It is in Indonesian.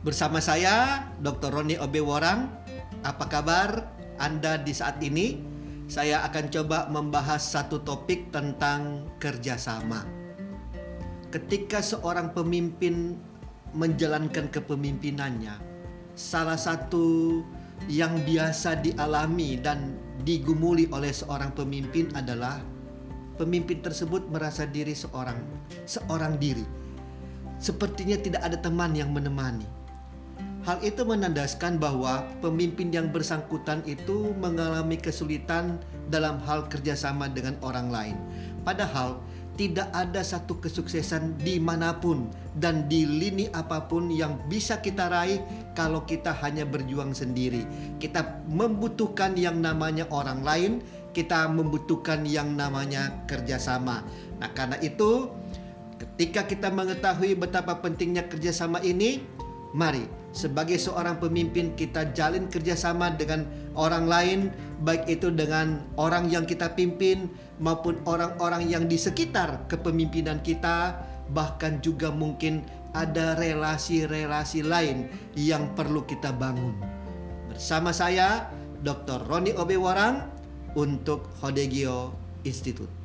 Bersama saya, Dr. Roni Obeworang. Apa kabar Anda di saat ini? Saya akan coba membahas satu topik tentang kerjasama. Ketika seorang pemimpin menjalankan kepemimpinannya, salah satu yang biasa dialami dan digumuli oleh seorang pemimpin adalah pemimpin tersebut merasa diri seorang diri. Sepertinya tidak ada teman yang menemani. Hal itu menandaskan bahwa pemimpin yang bersangkutan itu mengalami kesulitan dalam hal kerjasama dengan orang lain. Padahal tidak ada satu kesuksesan dimanapun dan di lini apapun yang bisa kita raih kalau kita hanya berjuang sendiri. Kita membutuhkan yang namanya orang lain, kita membutuhkan yang namanya kerjasama. Nah, karena itu ketika kita mengetahui betapa pentingnya kerjasama ini, mari sebagai seorang pemimpin kita jalin kerjasama dengan orang lain, baik itu dengan orang yang kita pimpin maupun orang-orang yang di sekitar kepemimpinan kita. Bahkan juga mungkin ada relasi-relasi lain yang perlu kita bangun. Bersama saya, Dr. Roni Obeworang untuk Hodegio Institute.